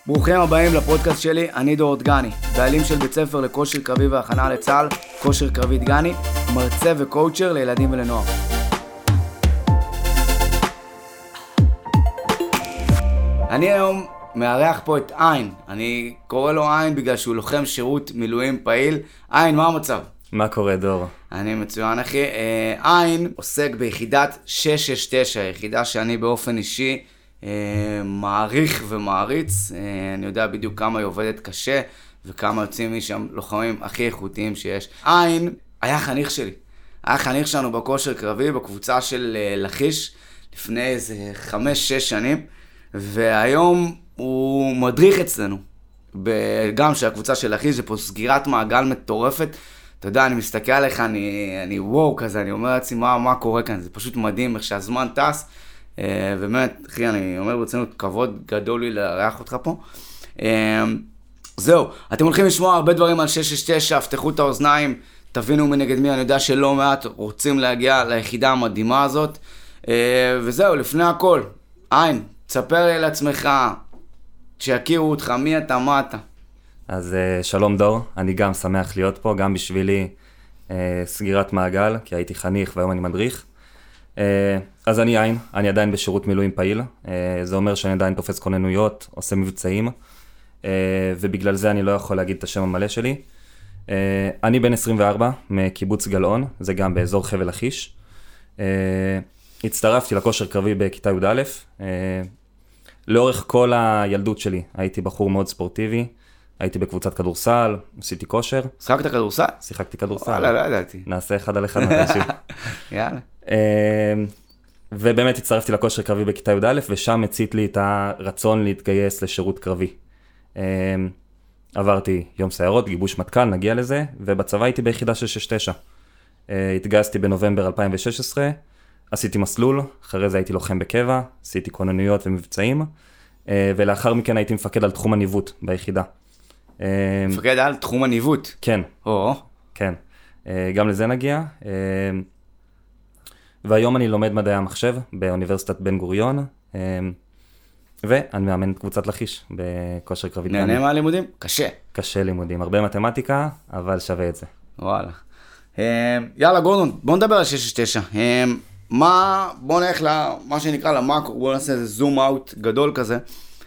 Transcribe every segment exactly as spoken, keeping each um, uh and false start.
ברוכים הבאים לפודקאסט שלי, אני דור דגני, בעלים של בית ספר לכושר קרבי והכנה לצה"ל, כושר קרבי דגני, מרצה וקואוצ'ר לילדים ולנוער. אני היום מארח פה את עין, אני קורא לו עין בגלל שהוא לוחם שירות מילואים פעיל. עין, מה המצב? מה קורה, דור? אני מצוין, אחי. עין עוסק ביחידת שש שש תשע, יחידה שאני באופן אישי מעריך ומעריץ. אני יודע בדיוק כמה היא עובדת קשה וכמה יוצאים משם לוחמים הכי איכותיים שיש. עין היה חניך שלי, היה חניך שלנו בכושר קרבי בקבוצה של לכיש לפני איזה חמש שש שנים, והיום הוא מדריך אצלנו גם של הקבוצה של לכיש. זה פה סגירת מעגל מטורפת. אתה יודע, אני מסתכל עליך, אני, אני וואו כזה, אני אומר לעצמי מה, מה קורה כאן, זה פשוט מדהים איך שהזמן טס. ובאמת, אחי, אני אומר ברצינות, כבוד גדול לי לארח אותך פה. זהו, אתם הולכים לשמוע הרבה דברים על שש שש תשע, פתחו את האוזניים, תבינו מנגד מי, אני יודע שלא מעט רוצים להגיע ליחידה המדהימה הזאת. וזהו, לפני הכל, עין, תספר לי על עצמך, שיכירו אותך, מי אתה, מה אתה. אז שלום דור, אני גם שמח להיות פה, גם בשבילי סגירת מעגל, כי הייתי חניך והיום אני מדריך. אז אני עין, אני עדיין בשירות מילואים פעיל, זה אומר שאני עדיין תופס כוננויות, עושה מבצעים, ובגלל זה אני לא יכול להגיד את השם המלא שלי. אני בן עשרים וארבע, מקיבוץ גלעון, זה גם באזור חבל לכיש. הצטרפתי לכושר קרבי בכיתה י' א', לאורך כל הילדות שלי הייתי בחור מאוד ספורטיבי, הייתי בקבוצת כדורסל, עשיתי כושר. שיחקת כדורסל? שיחקתי כדורסל. וואלה, לא ידעתי. נעשה אחד על אחד מתישהו. יאללה. ובאמת הצטרפתי לכושר קרבי בכיתה י' א', ושם הצית לי את הרצון להתגייס לשירות קרבי. עברתי יום סיירות, גיבוש מטכ"ל, נגיע לזה, ובצבא הייתי ביחידה שש שש תשע. התגייסתי בנובמבר אלפיים ושש עשרה, עשיתי מסלול, אחרי זה הייתי לוחם בקבע, עשיתי כוננויות ומבצעים, ולאחר מכן הייתי מפקד על תחום הניווט ביחידה. מפקד על תחום הניווט? כן. או. כן. גם לזה נגיע. והיום אני לומד מדעי המחשב באוניברסיטת בן גוריון, ואני מאמן את קבוצת לכיש בכושר קרבי. נהנה מהלימודים? קשה. קשה לימודים, הרבה מתמטיקה, אבל שווה את זה. וואלה. יאללה גורדון, בוא נדבר על שש שש תשע. מה, בוא נלך למה שנקרא למאקרו, בוא נעשה איזה זום אאוט גדול כזה.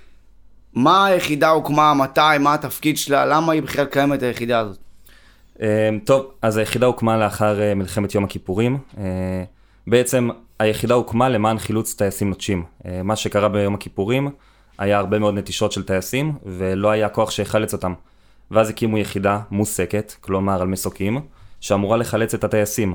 מה היחידה הוקמה, מתי, מה התפקיד שלה, למה היא בכלל קיימת היחידה הזאת? טוב, אז היחידה הוקמה לאחר מלחמת יום הכיפורים. בעצם היחידה הוקמה למען חילוץ טייסים נוטשים. מה שקרה ביום הכיפורים היה הרבה מאוד נטישות של טייסים, ולא היה כוח שיחלץ אותם. ואז הקימו יחידה מוסקת, כלומר על מסוקים, שאמורה לחלץ את הטייסים.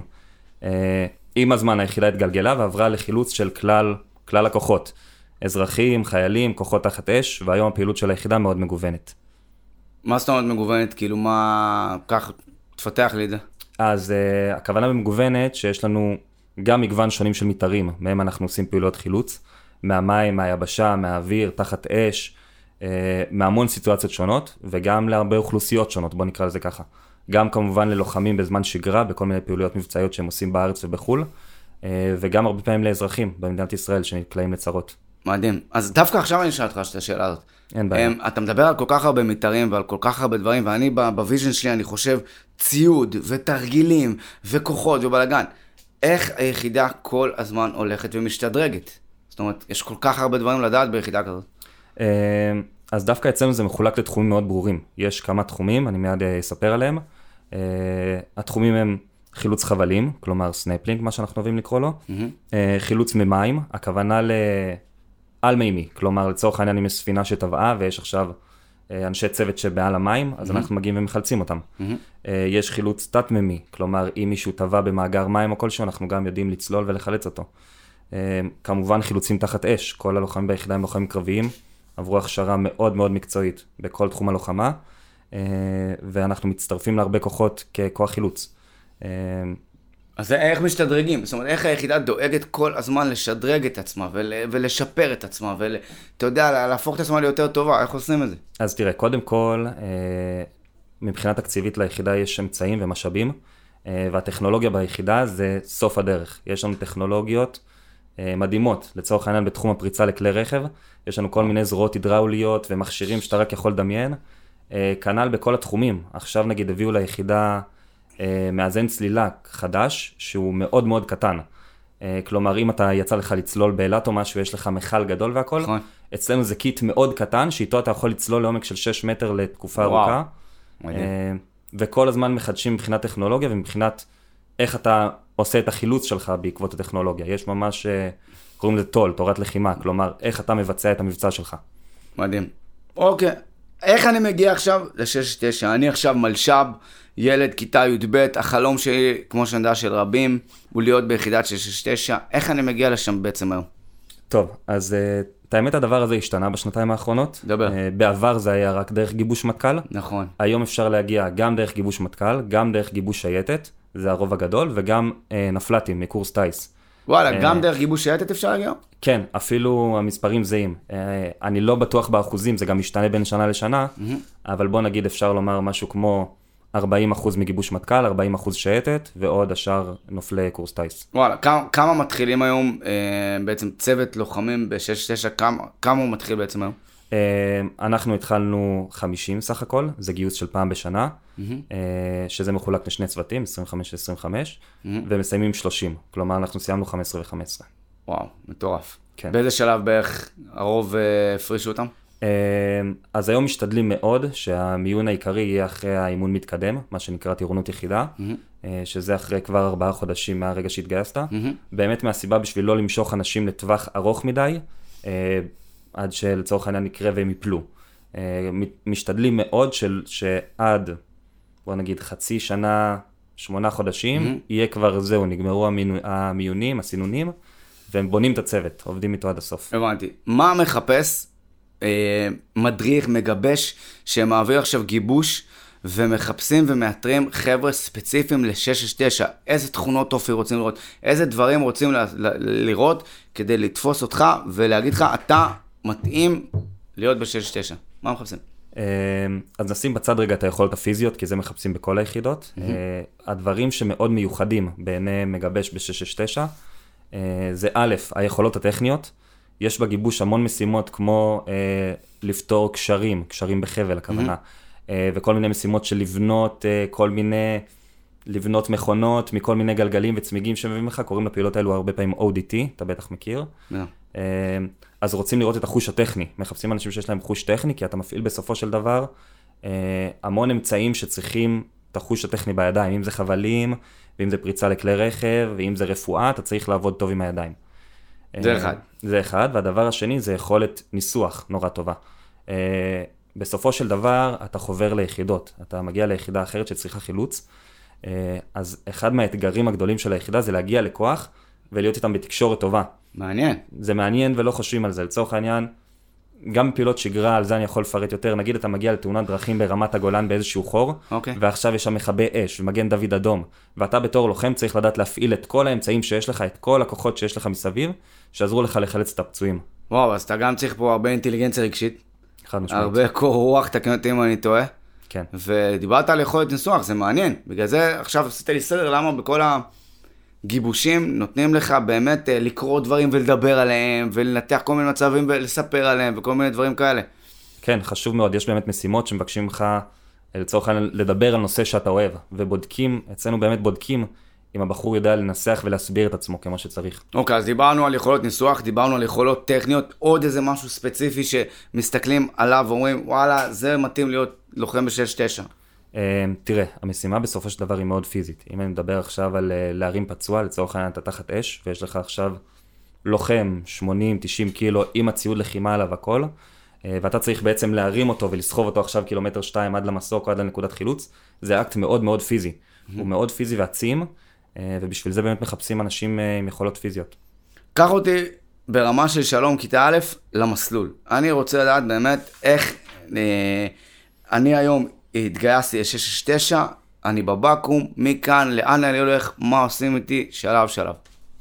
עם הזמן היחידה התגלגלה ועברה לחילוץ של כלל, כלל הכוחות. אזרחים, חיילים, כוחות תחת אש, והיום הפעילות של היחידה מאוד מגוונת. מה זאת אומרת מגוונת? כאילו מה, כך תפתח לי את זה? אז uh, הכוונה במגוונת שיש לנו גם מגוון שונים של מתארים, מהם אנחנו עושים פעילויות חילוץ, מהמים, מהיבשה, מהאוויר, תחת אש, uh, מהמון סיטואציות שונות, וגם להרבה אוכלוסיות שונות, בוא נקרא לזה ככה. גם כמובן ללוחמים בזמן שגרה, בכל מיני פעילויות מבצעיות שהם עושים בארץ ובחול, uh, וגם הרבה פעמים לאזרחים במדינת ישראל שנקלעים לצרות. מדהים. אז דווקא עכשיו אני אשאל אותך את השאלה הזאת. אין בעיה. אתה מדבר על כל כך הרבה מתארים ועל כל כך הרבה דברים, ואני בוויז'ן שלי אני חושב ציוד ותרגילים וכוחות ובלגן. איך היחידה כל הזמן הולכת ומשתדרגת? זאת אומרת, יש כל כך הרבה דברים לדעת ביחידה כזאת. אז דווקא אצלנו זה מחולק לתחומים מאוד ברורים. יש כמה תחומים, אני מיד אספר עליהם. התחומים הם חילוץ חבלים, כלומר סנפלינג, מה שאנחנו אוהבים לקרוא לו. חילוץ ממים, הכוונה ל... על מימי, כלומר לצורך העניין אם יש ספינה שטבעה ויש עכשיו אנשי צוות שבעל המים, אז אנחנו מגיעים ומחלצים אותם. יש חילוץ תת מימי, כלומר אם מישהו טבע במאגר מים או כלשהו, אנחנו גם יודעים לצלול ולחלץ אותו. כמובן חילוצים תחת אש, כל הלוחמים ביחידה הם לוחמים קרביים, עברו הכשרה מאוד מאוד מקצועית בכל תחום הלוחמה, ואנחנו מצטרפים להרבה כוחות ככוח חילוץ. אז איך משתדרגים? זאת אומרת, איך היחידה דואגת כל הזמן לשדרג את עצמה ול, ולשפר את עצמה, ואתה יודע, להפוך את עצמה ליותר טובה, איך עושים את זה? אז תראה, קודם כל, מבחינה תקציבית ליחידה יש אמצעים ומשאבים, והטכנולוגיה ביחידה זה סוף הדרך. יש לנו טכנולוגיות מדהימות, לצורך העניין בתחום הפריצה לכלי רכב, יש לנו כל מיני זרועות הידראוליות ומכשירים שאתה רק יכול לדמיין, כנ"ל בכל התחומים, עכשיו נגיד הביאו ליחידה מאזן צלילה חדש, שהוא מאוד מאוד קטן, כלומר אם אתה יצא לך לצלול באילת או משהו, יש לך מחל גדול והכל, אצלנו זה קיט מאוד קטן, שאיתו אתה יכול לצלול לעומק של שש מטר לתקופה ארוכה, וכל הזמן מחדשים מבחינת טכנולוגיה ומבחינת איך אתה עושה את החילוץ שלך בעקבות הטכנולוגיה. יש ממש, קוראים לזה טול, תורת לחימה, כלומר, איך אתה מבצע את המבצע שלך. מדהים. אוקיי, איך אני מגיע עכשיו ל-שש תשע? אני עכשיו מלשב, ילד כיתה י"ב, החלום שלי, כמו שאני יודע של רבים, הוא להיות ביחידת שש תשע. איך אני מגיע לשם בעצם היום? טוב, אז את האמת הדבר הזה השתנה בשנתיים האחרונות. דבר. בעבר זה היה רק דרך גיבוש מטכ"ל. נכון. היום אפשר להגיע גם דרך גיבוש מטכ"ל, גם דרך גיבוש שייטת, זה הרוב הגדול, וגם אה, נפלטים מקורס טייס. וואלה, אה, גם דרך גיבוש שייטת אפשר להגיע? כן, אפילו המספרים זהים. אה, אני לא בטוח באחוזים, זה גם משתנה בין שנה לשנה, mm-hmm. אבל בוא נגיד אפשר לומר משהו כמו ארבעים אחוז מגיבוש מטכ"ל, ארבעים אחוז שייטת, ועוד השאר נופלי קורס טייס. וואלה, כמה, כמה מתחילים היום, אה, בעצם צוות לוחמים ב-שש תשע, כמה, כמה הוא מתחיל בעצם היום? אנחנו התחלנו חמישים סך הכל, זה גיוס של פעם בשנה, mm-hmm. שזה מחולק לשני צוותים, עשרים וחמש עשרים וחמש, mm-hmm. ומסיימים שלושים, כלומר אנחנו סיימנו חמש עשרה ו-חמש עשרה. וואו, מטורף. כן. באיזה שלב בערך הרוב הפרישו אותם? אז היום משתדלים מאוד שהמיון העיקרי יהיה אחרי האימון מתקדם, מה שנקרא טירונות יחידה, mm-hmm. שזה אחרי כבר ארבעה חודשים מהרגע שהתגייסת, mm-hmm. באמת מהסיבה בשביל לא למשוך אנשים לטווח ארוך מדי, עד שלצורך העניין נקרה והם יפלו. משתדלים מאוד של, שעד, בוא נגיד, חצי שנה, שמונה חודשים, mm-hmm. יהיה כבר זהו, נגמרו המינו, המיונים, הסינונים, והם בונים את הצוות, עובדים איתו עד הסוף. הבנתי. מה מחפש, אה, מדריך, מגבש, שמעביר עכשיו גיבוש, ומחפשים ומאתרים חבר'ה ספציפיים ל-שש תשע? איזה תכונות אופי רוצים לראות? איזה דברים רוצים ל- ל- לראות כדי לתפוס אותך ולהגיד לך, אתה מתאים להיות ב-שש תשע. מה מחפשים? אז נשים בצד רגע את היכולות הפיזיות, כי זה מחפשים בכל היחידות. הדברים שמאוד מיוחדים בעיני מגבש ב-שש תשע, זה א', היכולות הטכניות. יש בגיבוש המון משימות כמו לפתור קשרים, קשרים בחבל הכוונה, וכל מיני משימות של לבנות כל מיני, לבנות מכונות מכל מיני גלגלים וצמיגים שמביאים לך, קוראים לפעילות האלו הרבה פעמים או די טי, אתה בטח מכיר. אז רוצים לראות את החוש הטכני, מחפשים אנשים שיש להם חוש טכני, כי אתה מפעיל בסופו של דבר המון אמצעים שצריכים את החוש הטכני בידיים, אם זה חבלים, ואם זה פריצה לכלי רכב, ואם זה רפואה, אתה צריך לעבוד טוב עם הידיים. זה אחד. זה אחד, והדבר השני זה יכולת ניסוח נורא טובה. בסופו של דבר אתה חובר ליחידות, אתה מגיע ליחידה אחרת שצריכה חילוץ, אז אחד מהאתגרים הגדולים של היחידה זה להגיע לכוח ולהיות איתם בתקשורת טובה. מעניין. זה מעניין ולא חושבים על זה. לצורך העניין, גם בפעילות שגרה, על זה אני יכול לפרט יותר. נגיד, אתה מגיע לתאונת דרכים ברמת הגולן באיזשהו חור, okay. ועכשיו יש שם מכבה אש ומגן דוד אדום, ואתה בתור לוחם צריך לדעת להפעיל את כל האמצעים שיש לך, את כל הכוחות שיש לך מסביב, שעזרו לך לחלץ את הפצועים. וואו, אז אתה גם צריך פה הרבה אינטליגנציה רגשית. חד משמעית. הרבה קור רוח, תקן אותי אם אני טועה. כן. ודיברת על יכולת ניסוח, זה מעניין. בגלל זה עכשיו עשית לי סדר למה בכל הגיבושים נותנים לך באמת לקרוא דברים ולדבר עליהם, ולנתח כל מיני מצבים ולספר עליהם, וכל מיני דברים כאלה. כן, חשוב מאוד. יש באמת משימות שמבקשים לך לצורך העניין לדבר על נושא שאתה אוהב, ובודקים, אצלנו באמת בודקים אם הבחור יודע לנסח ולהסביר את עצמו כמו שצריך. אוקיי, אז דיברנו על יכולות ניסוח, דיברנו על יכולות טכניות, עוד איזה משהו ספציפי שמסתכלים עליו ואומרים, וואלה, זה מתאים להיות לוחם ב-שש תשע. תראה, המשימה בסופו של דבר היא מאוד פיזית. אם אני מדבר עכשיו על להרים פצוע, לצורך העניין אתה תחת אש, ויש לך עכשיו לוחם שמונים תשעים קילו עם הציוד לחימה עליו הכל, ואתה צריך בעצם להרים אותו ולסחוב אותו עכשיו קילומטר שתיים עד למסוק או עד לנקודת חילוץ, זה אקט מאוד מאוד פיזי. הוא מאוד פיזי ועצים, ובשביל זה באמת מחפשים אנשים עם יכולות פיזיות. קח אותי ברמה של שלום כיתה א' למסלול. אני רוצה לדעת באמת איך אני היום התגייסתי ל-שש תשע, אני בבקו"ם, מכאן לאן אני הולך, מה עושים איתי, שלב שלב.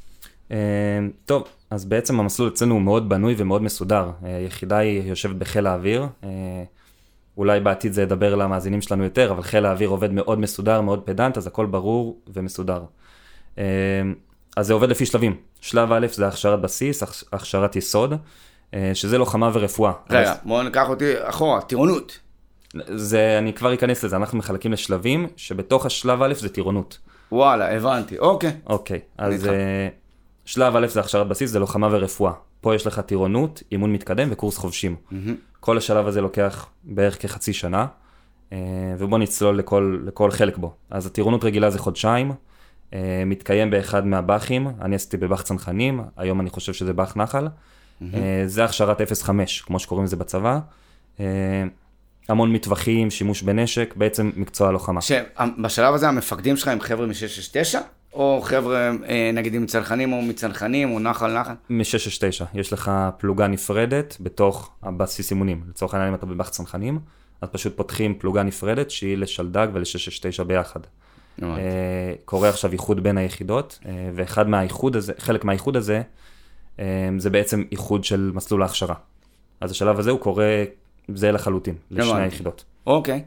טוב, אז בעצם המסלול אצלנו הוא מאוד בנוי ומאוד מסודר. היחידה היא יושבת בחיל האוויר, אולי בעתיד זה ידבר למאזינים שלנו יותר, אבל חיל האוויר עובד מאוד מסודר, מאוד פדנט, אז הכל ברור ומסודר. אז זה עובד לפי שלבים. שלב א' זה הכשרת בסיס, הכשרת יסוד, שזה לוחמה ורפואה. רגע, בואו ניקח אותי אחורה, טירונות. זה, אני כבר אכנס לזה, אנחנו מחלקים לשלבים, שבתוך השלב א' זה טירונות. וואלה, הבנתי, אוקיי. אוקיי, אז שלב א' זה הכשרת בסיס, זה לוחמה ורפואה. פה יש לך טירונות, אימון מתקדם וקורס חובשים. כל השלב הזה לוקח בערך כחצי שנה, ובוא נצלול לכל, לכל חלק בו. אז הטירונות רגילה זה חודשיים, מתקיים באחד מהבחים, אני עשיתי בבח צנחנים, היום אני חושב שזה בח נחל. זה הכשרת אפס חמש, כמו שקוראים לזה בצבא. המון מטווחים, שימוש בנשק, בעצם מקצוע לוחמה. בשלב הזה המפקדים שלך הם חבר'ה מ-שש שש תשע? או חבר'ה, נגיד, מצנחנים או מצנחנים, או נחל נחל? מ-שש שש תשע. יש לך פלוגה נפרדת בתוך הבסיס אימונים. לצורך העניין, אם אתה בבח צנחנים, אז פשוט פותחים פלוגה נפרדת, שהיא לשלדג ול-שש שש תשע ביחד. קורה עכשיו איחוד בין היחידות, ואחד מהאיחוד הזה, חלק מהאיחוד הזה, זה בעצם איחוד של מסלול ההכשרה. אז השלב הזה הוא קורה, זה לחלוטין, לשני היחידות. אוקיי.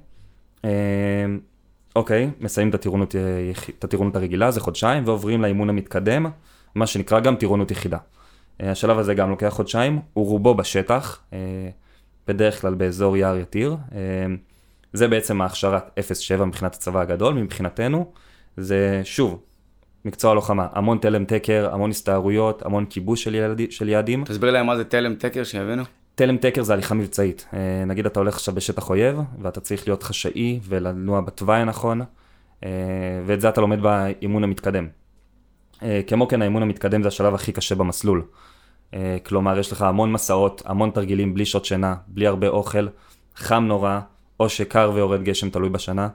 אוקיי, מסיים את הטירונות, את הטירונות הרגילה, זה חודשיים, ועוברים לאימון המתקדם, מה שנקרא גם טירונות יחידה. השלב הזה גם לוקח חודשיים, הוא רובו בשטח, בדרך כלל באזור יער יתיר. זה בעצם ההכשרת אפס שבע מבחינת הצבא הגדול, מבחינתנו. זה שוב, מקצוע לוחמה, המון תלם תקר, המון הסתערויות, המון כיבוש של, ילד, של יעדים. תסביר להם מה זה תלם תקר שיבינו. תלם תקר זה הליכה מבצעית. נגיד אתה הולך עכשיו בשטח אויב, ואתה צריך להיות חשאי ולנוע בתוואי הנכון, ואת זה אתה לומד באימון המתקדם. כמו כן, האימון המתקדם זה השלב הכי קשה במסלול. כלומר, יש לך המון מסעות, המון תרגילים בלי שעות שינה, בלי הרבה אוכל, חם נורא, או שקר ויורד גשם תלוי בשנה.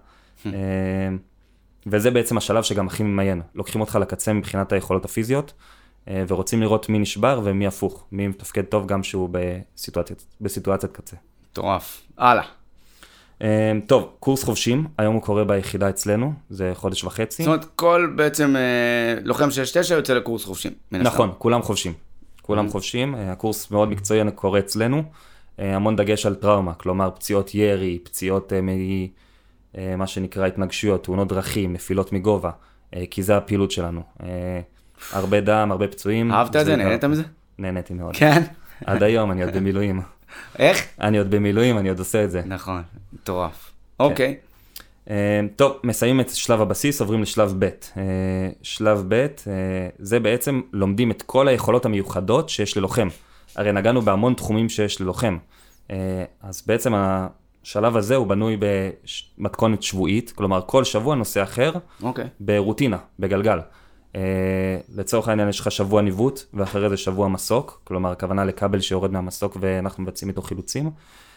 וזה בעצם השלב שגם הכי ממיין. לוקחים אותך לקצה מבחינת היכולות הפיזיות, ורוצים לראות מי נשבר ומי הפוך, מי מתפקד טוב גם שהוא בסיטואציית, בסיטואציית קצה. מטורף. הלאה. טוב, קורס חובשים, היום הוא קורה ביחידה אצלנו, זה חודש וחצי. זאת אומרת, כל בעצם לוחם שש תשע יוצא לקורס חובשים. נכון, כולם חובשים. כולם חובשים, הקורס מאוד מקצועי קורה אצלנו, המון דגש על טראומה, כלומר פציעות ירי, פציעות מה שנקרא התנגשויות, תאונות דרכים, נפילות מגובה, כי זה הפעילות שלנו. הרבה דם, הרבה פצועים. אהבת את זה? נהנית מזה? נהניתי מאוד. כן? עד היום, אני עוד במילואים. איך? אני עוד במילואים, אני עוד עושה את זה. נכון, מטורף. אוקיי. טוב, מסיימים את שלב הבסיס, עוברים לשלב ב'. שלב ב', זה בעצם לומדים את כל היכולות המיוחדות שיש ללוחם. הרי נגענו בהמון תחומים שיש ללוחם. אז בעצם השלב הזה הוא בנוי במתכונת שבועית, כלומר כל שבוע נושא אחר, אוקיי. ברוטינה, בגלגל. לצורך העניין יש לך שבוע ניווט, ואחרי זה שבוע מסוק, כלומר הכוונה לכבל שיורד מהמסוק ואנחנו מבצעים איתו חילוצים.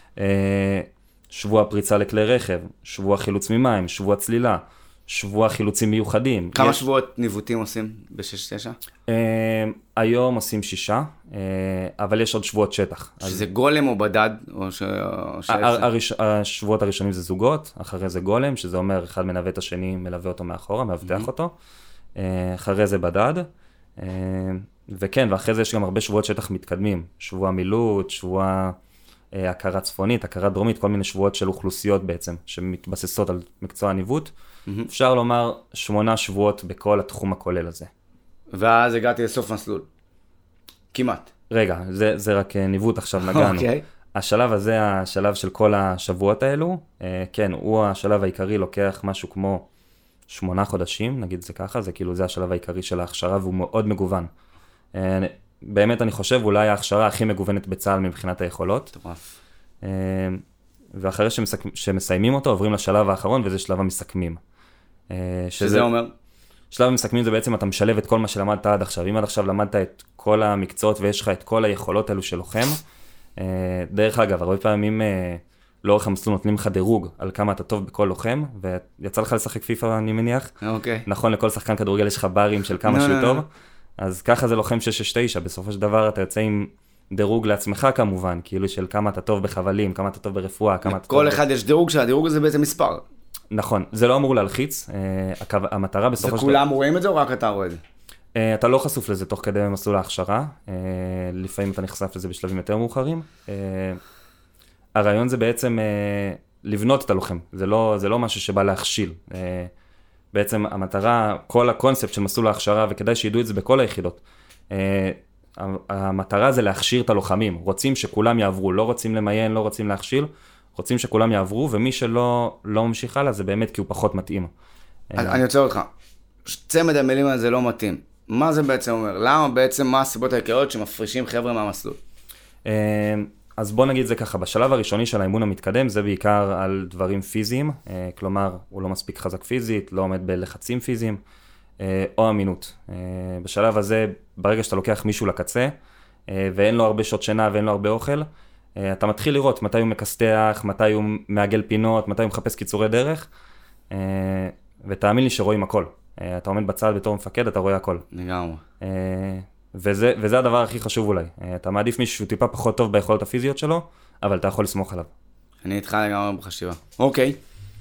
שבוע פריצה לכלי רכב, שבוע חילוץ ממים, שבוע צלילה, שבוע חילוצים מיוחדים. כמה יש... שבועות ניווטים עושים ב-שש תשע? היום עושים שישה, אבל יש עוד שבועות שטח. שזה אז... גולם או בדד? או ש... ש... הראש... השבועות הראשונים זה זוגות, אחרי זה גולם, שזה אומר אחד מנווה את השני, מלווה אותו מאחורה, מאבטח mm-hmm. אותו. אחרי זה בדד, וכן, ואחרי זה יש גם הרבה שבועות שטח מתקדמים, שבוע מילוט, שבוע הכרה צפונית, הכרה דרומית, כל מיני שבועות של אוכלוסיות בעצם, שמתבססות על מקצוע הניווט. Mm-hmm. אפשר לומר שמונה שבועות בכל התחום הכולל הזה. ואז הגעתי לסוף מסלול. כמעט. רגע, זה, זה רק ניווט עכשיו נגענו. אוקיי. השלב הזה, השלב של כל השבועות האלו, כן, הוא השלב העיקרי, לוקח משהו כמו שמונה חודשים, נגיד זה ככה, זה כאילו זה השלב העיקרי של ההכשרה, והוא מאוד מגוון. באמת אני חושב, אולי ההכשרה הכי מגוונת בצה"ל מבחינת היכולות. טוב. ואחרי שמסכ... שמסיימים אותו, עוברים לשלב האחרון, וזה שלב המסכמים. שזה, שזה אומר? שלב המסכמים זה בעצם, אתה משלב את כל מה שלמדת עד עכשיו. אם עד עכשיו למדת את כל המקצועות, ויש לך את כל היכולות האלו של לוחם, דרך אגב, הרבה פעמים לאורך המסלול נותנים לך דירוג על כמה אתה טוב בכל לוחם, ויצא לך לשחק פיפה, אני מניח. אוקיי. נכון, לכל שחקן כדורגל יש לך ברים של כמה שהוא טוב. אז ככה זה לוחם שש שש תשע, בסופו של דבר אתה יוצא עם דירוג לעצמך כמובן, כאילו של כמה אתה טוב בחבלים, כמה אתה טוב ברפואה, כמה אתה טוב... כל אחד יש דירוג שהדירוג הזה בעצם מספר. נכון, זה לא אמור להלחיץ, המטרה בסופו של דבר... וכולם רואים את זה או רק אתה רואה את זה? אתה לא חשוף לזה תוך כדי מסלול ההכשרה, לפעמים אתה נחשף לזה בשלבים יותר מאוחרים. הרעיון זה בעצם לבנות את הלוחם, זה לא, זה לא משהו שבא להכשיל. בעצם המטרה, כל הקונספט של מסלול ההכשרה, וכדאי שידעו את זה בכל היחידות, המטרה זה להכשיר את הלוחמים, רוצים שכולם יעברו, לא רוצים למיין, לא רוצים להכשיל, רוצים שכולם יעברו, ומי שלא לא ממשיך הלאה, זה באמת כי הוא פחות מתאים. אני רוצה אותך, צמד המילים הזה לא מתאים. מה זה בעצם אומר? למה בעצם, מה הסיבות העיקריות שמפרישים חבר'ה מהמסלול? אז בוא נגיד זה ככה, בשלב הראשוני של האימון המתקדם, זה בעיקר על דברים פיזיים, כלומר, הוא לא מספיק חזק פיזית, לא עומד בלחצים פיזיים, או אמינות. בשלב הזה, ברגע שאתה לוקח מישהו לקצה, ואין לו הרבה שעות שינה ואין לו הרבה אוכל, אתה מתחיל לראות מתי הוא מקסטח, מתי הוא מעגל פינות, מתי הוא מחפש קיצורי דרך, ותאמין לי שרואים הכל. אתה עומד בצד בתור מפקד, אתה רואה הכל. לגמרי. וזה, וזה הדבר הכי חשוב אולי. אתה מעדיף מישהו שהוא טיפה פחות טוב ביכולות הפיזיות שלו, אבל אתה יכול לסמוך עליו. אני איתך לגמרי בחשיבה. אוקיי.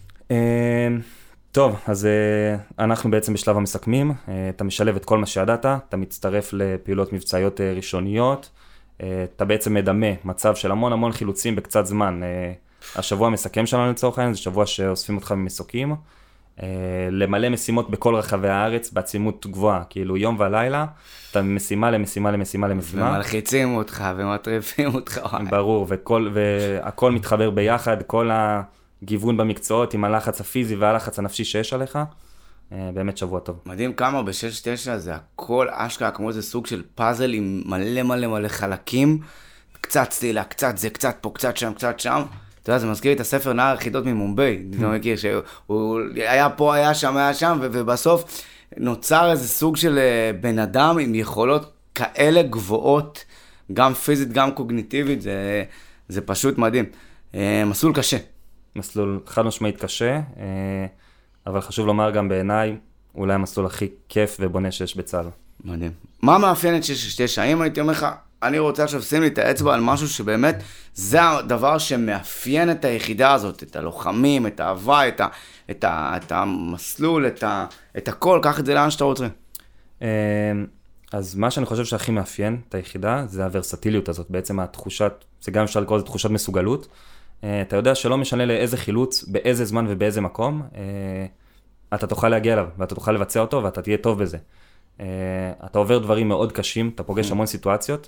טוב, אז אנחנו בעצם בשלב המסכמים. אתה משלב את כל מה שידעת, אתה מצטרף לפעילות מבצעיות ראשוניות, אתה בעצם מדמה מצב של המון המון חילוצים בקצת זמן. השבוע המסכם שלנו לצורך העניין, זה שבוע שאוספים אותך ממסוקים, למלא משימות בכל רחבי הארץ, בעצימות גבוהה, כאילו יום ולילה, אתה משימה למשימה למשימה למשימה. ומלחיצים אותך ומטריפים אותך. ברור, וכל, והכל מתחבר ביחד, כל הגיוון במקצועות עם הלחץ הפיזי והלחץ הנפשי שיש עליך, באמת שבוע טוב. מדהים כמה ב-שש תשע זה הכל אשכרה כמו איזה סוג של פאזל עם מלא מלא מלא חלקים, קצת סטילה, קצת זה, קצת פה, קצת שם, קצת שם. אתה יודע, זה מזכיר את הספר נער יחידות ממומביי, אתה מכיר שהוא היה פה, היה שם, היה שם, ובסוף נוצר איזה סוג של בן אדם עם יכולות כאלה גבוהות, גם פיזית, גם קוגניטיבית, זה, זה פשוט מדהים. מסלול קשה. מסלול חד משמעית קשה, אבל חשוב לומר גם בעיניי, אולי המסלול הכי כיף ובונה שיש בצה"ל. מדהים. מה מאפיין את שש שש תשע? האם הייתי אומר לך, אני רוצה עכשיו שים לי את האצבע על משהו שבאמת זה הדבר שמאפיין את היחידה הזאת, את הלוחמים, את האהבה, את, ה, את, ה, את המסלול, את, ה, את הכל, קח את זה לאן שאתה רוצה. אז מה שאני חושב שהכי מאפיין את היחידה זה הוורסטיליות הזאת, בעצם התחושת, זה גם אפשר לקרוא לזה תחושת מסוגלות. אתה יודע שלא משנה לאיזה חילוץ, באיזה זמן ובאיזה מקום, אתה תוכל להגיע אליו ואתה תוכל לבצע אותו ואתה תהיה טוב בזה. אתה עובר דברים מאוד קשים, אתה פוגש המון סיטואציות,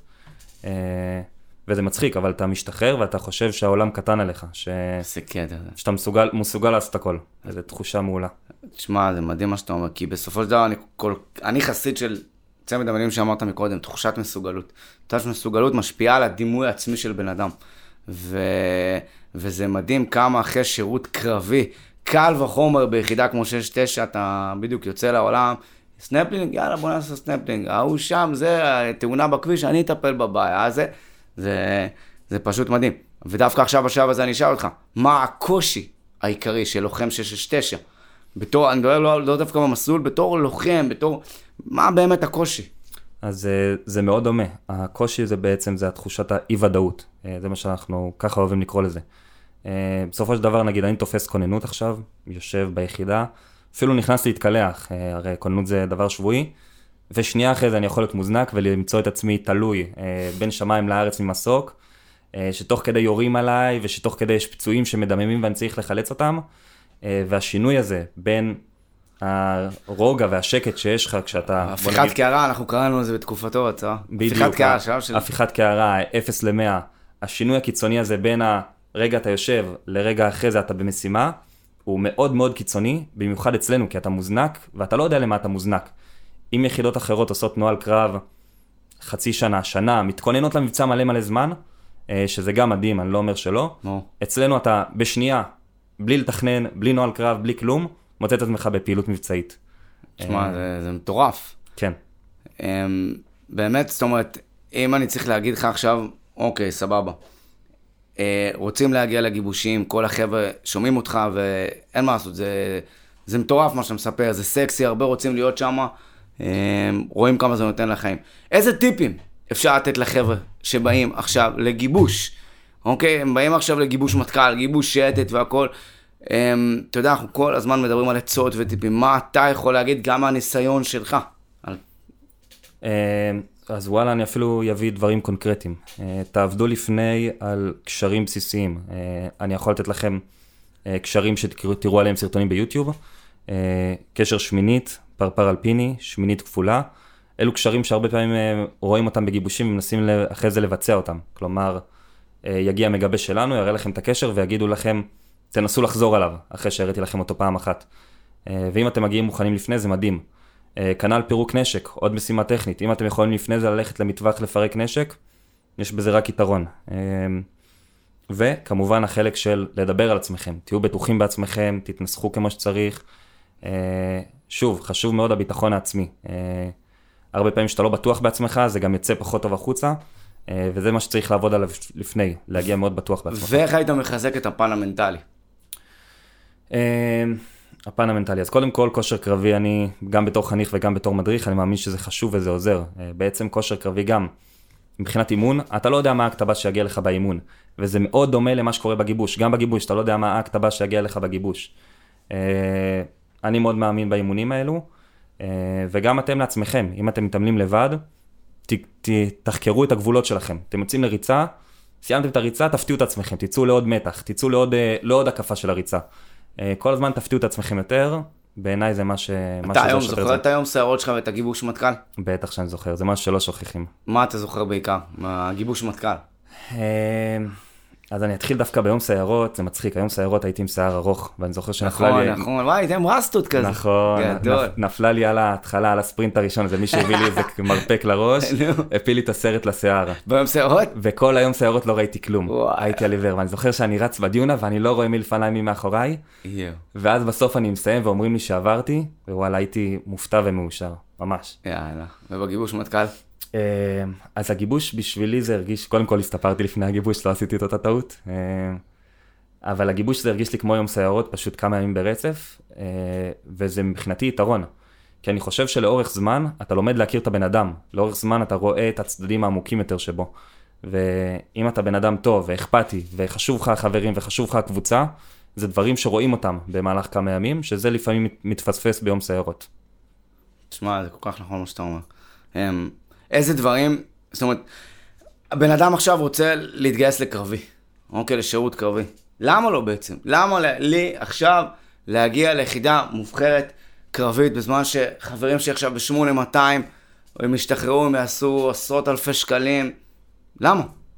וזה מצחיק, אבל אתה משתחרר ואתה חושב שהעולם קטן עליך, ש... שאתה מסוגל, מסוגל לעשות הכל. זו תחושה מעולה. תשמע, זה מדהים מה שאתה אומר, כי בסופו של דבר אני, כל... אני חסיד של צמד המילים שאמרת מקודם, תחושת מסוגלות. תחושת מסוגלות משפיעה על הדימוי העצמי של בן אדם. ו... וזה מדהים כמה אחרי שירות קרבי, קל וחומר ביחידה כמו שש תשע, אתה בדיוק יוצא לעולם, סנפלינג, יאללה בוא נעשה סנפלינג, ההוא שם, זה תאונה בכביש, אני אטפל בבעיה, זה, זה, זה פשוט מדהים. ודווקא עכשיו בשלב הזה אני אשאל אותך, מה הקושי העיקרי של לוחם שש שש תשע? בתור, אני מדבר לא, לא דווקא במסלול, בתור לוחם, בתור, מה באמת הקושי? אז זה, זה מאוד דומה. הקושי זה בעצם, זה התחושת האי-ודאות. זה מה שאנחנו ככה אוהבים לקרוא לזה. בסופו של דבר, נגיד, אני תופס כוננות עכשיו, יושב ביחידה, אפילו נכנס להתקלח, הרי כוננות זה דבר שבועי, ושנייה אחרי זה אני יכול להיות מוזנק ולמצוא את עצמי תלוי בין שמיים לארץ ממסוק, שתוך כדי יורים עליי, ושתוך כדי יש פצועים שמדממים ואני צריך לחלץ אותם, והשינוי הזה בין הרוגע והשקט שיש לך כשאתה... הפיכת קערה, אנחנו קראנו לזה בתקופתו, הצעה. בדיוק. הפיכת קערה, שלב של... הפיכת קערה, אפס למאה, השינוי הקיצוני הזה בין הרגע אתה יושב לרגע אחרי זה אתה במשימה, הוא מאוד מאוד קיצוני, במיוחד אצלנו, כי אתה מוזנק, ואתה לא יודע למה אתה מוזנק. אם יחידות אחרות עושות נוהל קרב חצי שנה, שנה, מתכוננות למבצע מלא מלא זמן, שזה גם מדהים, אני לא אומר שלא. No. אצלנו אתה בשנייה, בלי לתכנן, בלי נוהל קרב, בלי כלום, מוצא את עצמך בפעילות מבצעית. תשמע, זה, זה מטורף. כן. באמת, זאת אומרת, אם אני צריך להגיד לך עכשיו, אוקיי, סבבה. רוצים להגיע לגיבושים, כל החבר'ה שומעים אותך ואין מה לעשות, זה, זה מטורף מה שאתה מספר, זה סקסי, הרבה רוצים להיות שם, רואים כמה זה נותן לחיים. איזה טיפים אפשר לתת לחבר'ה שבאים עכשיו לגיבוש? אוקיי, הם באים עכשיו לגיבוש מטכ"ל, גיבוש שייטת והכל. אתה יודע, אנחנו כל הזמן מדברים על עצות וטיפים, מה אתה יכול להגיד גם מהניסיון שלך? אז וואלה, אני אפילו אביא דברים קונקרטיים. תעבדו לפני על קשרים בסיסיים. אני יכול לתת לכם קשרים שתראו עליהם סרטונים ביוטיוב. קשר שמינית, פרפר אלפיני, שמינית כפולה, אלו קשרים שהרבה פעמים רואים אותם בגיבושים ומנסים אחרי זה לבצע אותם. כלומר, יגיע מגבש שלנו, יראה לכם את הקשר ויגידו לכם, תנסו לחזור עליו, אחרי שהראיתי לכם אותו פעם אחת. ואם אתם מגיעים מוכנים לפני, זה מדהים. כנ"ל פירוק נשק, עוד משימה טכנית. אם אתם יכולים לפני זה ללכת למטווח לפרק נשק, יש בזה רק יתרון. וכמובן החלק של לדבר על עצמכם. תהיו בטוחים בעצמכם, תתנסחו כמו שצריך. שוב, חשוב מאוד הביטחון העצמי. הרבה פעמים שאתה לא בטוח בעצמך, זה גם יצא פחות טוב החוצה, וזה מה שצריך לעבוד עליו לפני, להגיע מאוד בטוח בעצמך. ואיך היית מחזק את הפן המנטלי? הפן המנטלי. אז קודם כל, כושר קרבי, אני גם בתור חניך וגם בתור מדריך, אני מאמין שזה חשוב וזה עוזר. בעצם כושר קרבי גם, מבחינת אימון, אתה לא יודע מה הכתבה שיגיע לך באימון, וזה מאוד דומה למה שקורה בגיבוש. גם בגיבוש, אתה לא יודע מה הכתבה שיגיע לך בגיבוש. אני מאוד מאמין באימונים האלו, וגם אתם לעצמכם, אם אתם מתאמנים לבד, ת, ת, תחקרו את הגבולות שלכם. אתם יוצאים לריצה, סיימתם את הריצה, תפתיעו את עצמכם, תצאו לעוד מתח, תצאו לעוד, לעוד הקפה של הריצה. כל הזמן תפתיעו את עצמכם יותר, בעיניי זה מה ש... אתה היום זוכר את היום שערות שלך ואת הגיבוש מטכ"ל? בטח שאני זוכר, זה משהו שלא שוכחים. מה אתה זוכר בעיקר, מהגיבוש מטכ"ל? אז אני אתחיל דווקא ביום סיירות, זה מצחיק, היום סיירות הייתי עם שיער ארוך, ואני זוכר שנפלה נכון, לי... נכון, נכון, וואי, הייתם רסטות כזה. נכון, גדול. נפלה לי על ההתחלה, על הספרינט הראשון, זה מי שהביא לי איזה מרפק לראש, הפיל לי את הסרט לשיער. ביום סיירות? וכל היום סיירות לא ראיתי כלום, וואי. הייתי על עיוור, ואני זוכר שאני רץ בדיונה, ואני לא רואה מי לפניי מי מאחוריי, יו. ואז בסוף אני מסיים ואומרים לי שעברתי, ווואלה, הייתי מופתע ומאושר, ממש. יאללה, ובגיבוש מטכ"ל? אז הגיבוש בשבילי זה הרגיש, קודם כל הסתפרתי לפני הגיבוש, לא עשיתי את אותה טעות, אבל הגיבוש זה הרגיש לי כמו יום סיירות, פשוט כמה ימים ברצף, וזה מבחינתי יתרון, כי אני חושב שלאורך זמן אתה לומד להכיר את הבן אדם, לאורך זמן אתה רואה את הצדדים העמוקים יותר שבו, ואם אתה בן אדם טוב ואכפתי, וחשוב לך החברים וחשוב לך הקבוצה, זה דברים שרואים אותם במהלך כמה ימים, שזה לפעמים מתפספס ביום סיירות. תשמע, זה כל כך נכון מה שאתה אומר. איזה דברים, זאת אומרת, הבן אדם עכשיו רוצה להתגייס לקרבי, אוקיי, לשירות קרבי. למה לא בעצם? למה לי עכשיו להגיע ליחידה מובחרת קרבית, בזמן שחברים שעכשיו ב-שמונה מאתיים, הם ישתחררו, הם יעשו עשרות אלפי שקלים? למה?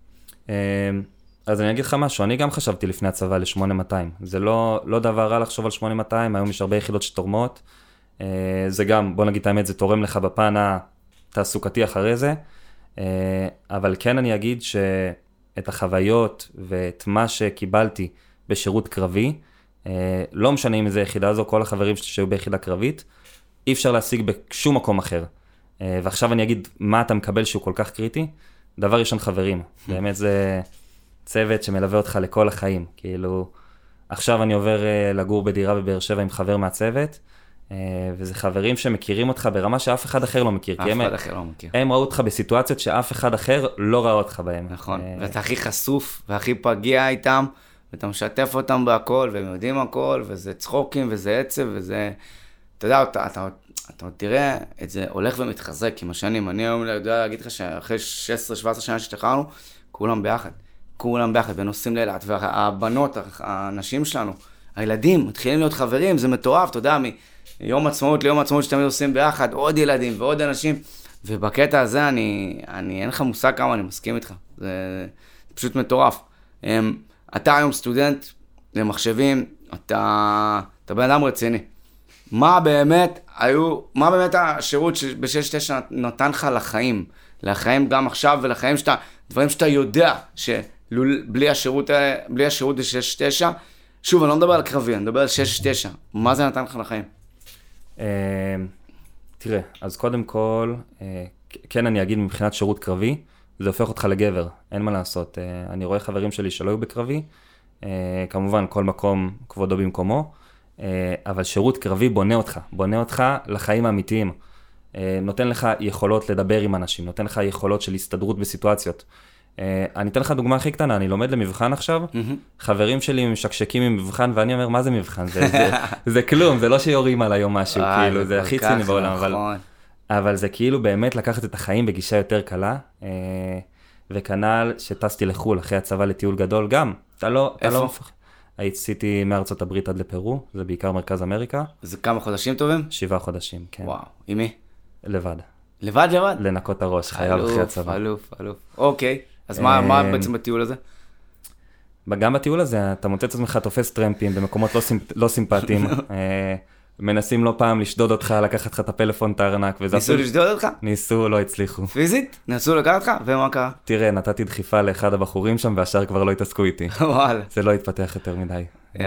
אז אני אגיד לך משהו, אני גם חשבתי לפני הצבא ל-שמונה מאתיים. זה לא, לא דבר רע לחשוב על שמונה מאתיים, היום יש הרבה יחידות שתורמות. זה גם, בוא נגיד את האמת, זה תורם לך בפן התעסוקתי אחרי זה. אבל כן אני אגיד שאת החוויות ואת מה שקיבלתי בשירות קרבי, לא משנה אם זה יחידה הזו, כל החברים שהיו ביחידה קרבית, אי אפשר להשיג בשום מקום אחר. ועכשיו אני אגיד מה אתה מקבל שהוא כל כך קריטי. דבר ראשון חברים, באמת זה צוות שמלווה אותך לכל החיים, כאילו עכשיו אני עובר לגור בדירה בבאר שבע עם חבר מהצוות, וזה חברים שמכירים אותך ברמה שאף אחד אחר לא מכיר. אף אחד אחר לא מכיר. הם ראו אותך בסיטואציות שאף אחד אחר לא ראה אותך בהם. נכון, ואתה הכי חשוף והכי פגיע איתם, ואתה משתף אותם בהכל, והם יודעים הכל, וזה צחוקים, וזה עצב, וזה... אתה יודע, אתה, אתה, אתה תראה את זה הולך ומתחזק עם השנים. אני היום יודע להגיד לך שאחרי שש עשרה שבע עשרה שנה שתחרנו, כולם ביחד. כולם ביחד, ונוסעים לאילת, והבנות, האנשים שלנו, הילדים, מתחילים להיות חברים, זה מטורף, אתה יודע, מיום עצמאות ליום עצמאות שתמיד עושים ביחד, עוד ילדים ועוד אנשים, ובקטע הזה אני, אני, אין לך מושג כמה אני מסכים איתך, זה, זה פשוט מטורף. אתה היום סטודנט למחשבים, אתה, אתה בן אדם רציני. מה באמת היו, מה באמת השירות ב-שש תשע נתן לך לחיים, לחיים גם עכשיו ולחיים שאתה, דברים שאתה יודע שבלי השירות, בלי השירות ב-שש תשע, שוב, אני לא מדבר על קרבי, אני מדבר על שש תשע, מה זה נתן לך לחיים? תראה, אז קודם כל, כן אני אגיד מבחינת שירות קרבי, זה הופך אותך לגבר, אין מה לעשות. אני רואה חברים שלי שלא היו בקרבי, כמובן כל מקום כבודו במקומו, אבל שירות קרבי בונה אותך, בונה אותך לחיים האמיתיים. נותן לך יכולות לדבר עם אנשים, נותן לך יכולות של הסתדרות בסיטואציות. אני אתן לך דוגמה הכי קטנה, אני לומד למבחן עכשיו, חברים שלי משקשקים עם מבחן, ואני אומר, מה זה מבחן? זה כלום, זה לא שיורים על היום משהו, כאילו, זה הכי ציני בעולם, אבל זה כאילו באמת לקחת את החיים בגישה יותר קלה, וכנ"ל שטסתי לחול אחרי הצבא לטיול גדול גם, אתה לא... עשיתי מארצות הברית עד לפרו, זה בעיקר מרכז אמריקה. זה כמה חודשים טובים? שבעה חודשים, כן. וואו, עם מי? לבד. לבד לבד? לנקות הראש, חייב אחרי הצבא. אלוף, אלוף. אוקיי, אז מה, מה בעצם בטיול הזה? גם בטיול הזה, אתה מוצא את עצמך תופס טרמפים במקומות לא, סימפ... לא סימפטיים. מנסים לא פעם לשדוד אותך, לקחת לך את הפלאפון, את הארנק. ניסו לשדוד אותך? ניסו, לא הצליחו. פיזית? ניסו לקחת אותך? ומה קרה? תראה, נתתי דחיפה לאחד הבחורים שם, והשאר כבר לא התעסקו איתי. וואלה. זה לא התפתח יותר מדי.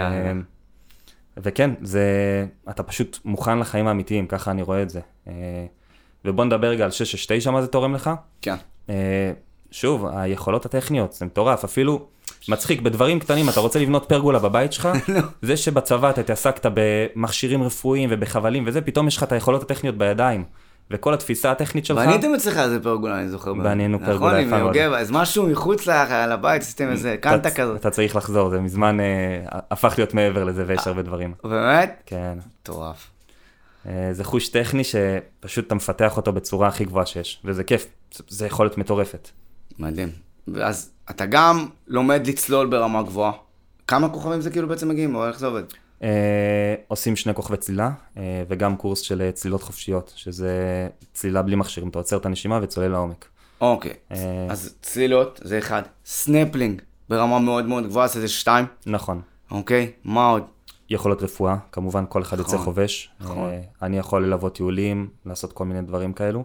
וכן, זה, אתה פשוט מוכן לחיים האמיתיים, ככה אני רואה את זה. ובוא נדבר רגע על שש שש תשע, מה זה תורם לך? כן. שוב, היכולות הטכניות, זה מטורף, אפילו מצחיק, בדברים קטנים, אתה רוצה לבנות פרגולה בבית שלך, זה שבצבא אתה התעסקת במכשירים רפואיים ובחבלים וזה, פתאום יש לך את היכולות הטכניות בידיים, וכל התפיסה הטכנית שלך... בניתם אצלך איזה פרגולה, אני זוכר. בנינו פרגולה יפה מאוד. נכון, אז משהו מחוץ לבית, עשיתם איזה קנטה כזאת. אתה צריך לחזור, זה מזמן הפך להיות מעבר לזה ויש הרבה דברים. באמת? כן. מטורף. זה חוש טכני שפשוט אתה מפתח אותו בצורה הכי גבוהה שיש, וזה כיף, זה יכולת מטורפת. מדהים. ואז אתה גם לומד לצלול ברמה גבוהה. כמה כוכבים זה כאילו בעצם מגיעים, או איך זה עובד? עושים שני כוכבי צלילה, וגם קורס של צלילות חופשיות, שזה צלילה בלי מכשירים, אתה עוצר את הנשימה וצולל לעומק. אוקיי, אז צלילות זה אחד. סנפלינג ברמה מאוד מאוד גבוהה, זה שתיים. נכון. אוקיי, מה עוד? יכולות רפואה, כמובן כל אחד יוצא חובש. אני יכול ללוות טיולים, לעשות כל מיני דברים כאלו.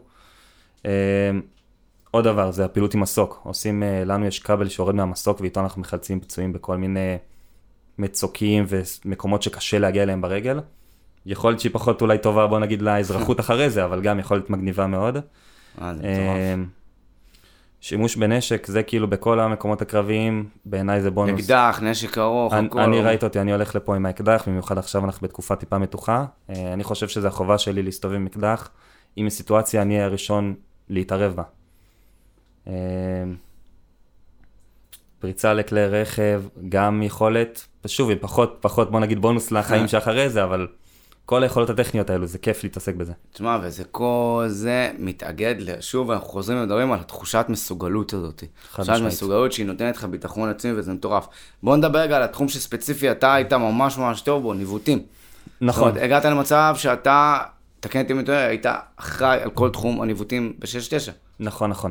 עוד דבר, זה הפעילות עם מסוק. עושים, לנו יש כבל שיורד מהמסוק, ואיתו אנחנו מחלצים פצועים בכל מיני מצוקים ומקומות שקשה להגיע אליהם ברגל. יכולת שהיא פחות אולי טובה, בוא נגיד, לאזרחות אחרי זה, אבל גם יכולת מגניבה מאוד. שימוש בנשק, זה כאילו בכל המקומות הקרביים, בעיניי זה בונוס. אקדח, נשק ארוך, הכל. אני ראית אותי, אני הולך לפה עם האקדח, במיוחד עכשיו אנחנו בתקופה טיפה מתוחה. אני חושב שזה החובה שלי להסתובב עם אקדח. אם הסיטואציה, אני אהיה הראשון להתערב בה. פריצה לכלי רכב, גם יכולת, שוב, היא פחות, פחות, בוא נגיד בונוס לחיים שאחרי זה, אבל כל היכולות הטכניות האלו, זה כיף להתעסק בזה. תשמע, וזה כל זה מתאגד, שוב, אנחנו חוזרים ומדברים על תחושת מסוגלות הזאת. תחושת מסוגלות שהיא נותנת לך ביטחון עצמי, וזה מטורף. בוא נדבר רגע על התחום שספציפי, אתה היית ממש ממש טוב בו, ניווטים. נכון. זאת, הגעת למצב שאתה, תקן אותי מתואר, היית אחראי על כל תחום הניווטים ב-שש תשע. נכון, נכון.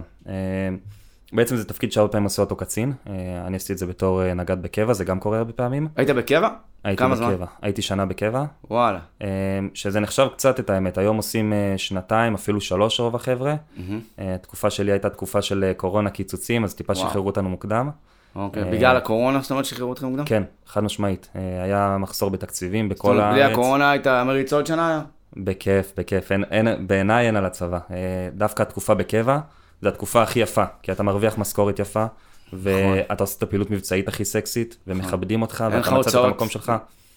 בעצם זה תפקיד שהרבה פעמים עושה אותו קצין. אני עשיתי את זה בתור נגד בקבע, זה גם קורה הרבה פעמים. היית בקבע? הייתי בקבע. הייתי שנה בקבע. וואלה. שזה נחשב קצת את האמת. היום עושים שנתיים, אפילו שלוש רוב החבר'ה. התקופה שלי הייתה תקופה של קורונה קיצוצים, אז טיפה שחררו אותנו מוקדם. אוקיי, בגלל הקורונה, זאת אומרת שחררו אותך מוקדם? כן, חד משמעית. היה מחסור בתקציבים בכל הארץ. בלי הקורונה הייתה מריצות שנה? בכיף, בכיף. בעיניי אין על הצבא. דווקא התקופה בקבע, זו התקופה הכי יפה, כי אתה מרוויח משכורת יפה, ואתה עושה את הפעילות מבצעית הכי סקסית, ומכבדים אותך, ואתה מצאת את המקום שלך.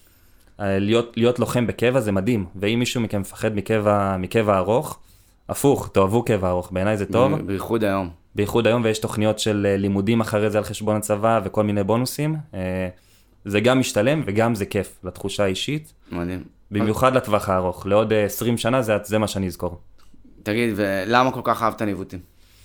להיות, להיות לוחם בקבע זה מדהים, ואם מישהו מכם מפחד מקבע, מקבע ארוך, הפוך, תאהבו קבע ארוך, בעיניי זה טוב. בייחוד היום. בייחוד היום, ויש תוכניות של לימודים אחרי זה על חשבון הצבא, וכל מיני בונוסים. זה גם משתלם, וגם זה כיף, לתחושה האישית. מדהים. במיוחד לטווח הארוך, לעוד עשרים שנה זה, זה מה שאני אזכור. תגיד, ולמה כל כך אהבת ניווטים?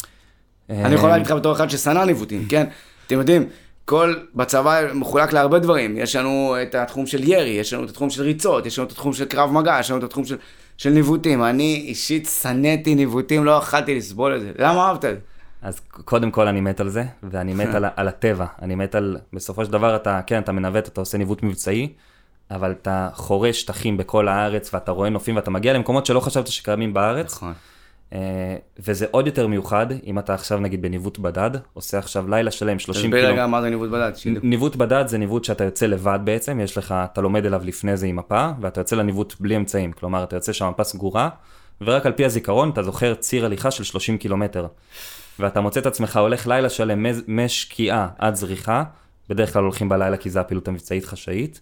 אני יכול להגיד לך בתור אחד ששנא ניווטים, כן? אתם יודעים, כל בצבא מחולק להרבה דברים. יש לנו את התחום של ירי, יש לנו את התחום של ריצות, יש לנו את התחום של קרב מגע, יש לנו את התחום של, של ניווטים. אני אישית שנאתי ניווטים, לא יכלתי לסבול את זה. למה אהבת את זה? אז קודם כל אני מת על זה, ואני מת על, על הטבע. אני מת על, בסופו של דבר אתה, כן, אתה מנווט, אתה עושה ניווט מבצעי, אבל אתה חורש שטחים בכל הארץ, ואתה רואה נופים, ואתה מגיע למקומות שלא חשבת שקיימים בארץ. נכון. וזה עוד יותר מיוחד, אם אתה עכשיו נגיד בניווט בדד, עושה עכשיו לילה שלם, שלושים קילו. תסביר רגע מה זה ניווט בדד. ניווט בדד זה ניווט שאתה יוצא לבד בעצם, יש לך, אתה לומד אליו לפני זה עם מפה, ואתה יוצא לניווט בלי אמצעים, כלומר אתה יוצא שהמפה סגורה, ורק על פי הזיכרון אתה זוכר ציר הליכה של שלושים קילומטר. ואתה מוצא את עצמך הולך לילה שלם משקיעה עד זריחה, בדרך כלל הולכים בלילה כי זה הפעילות המבצעית חשאית.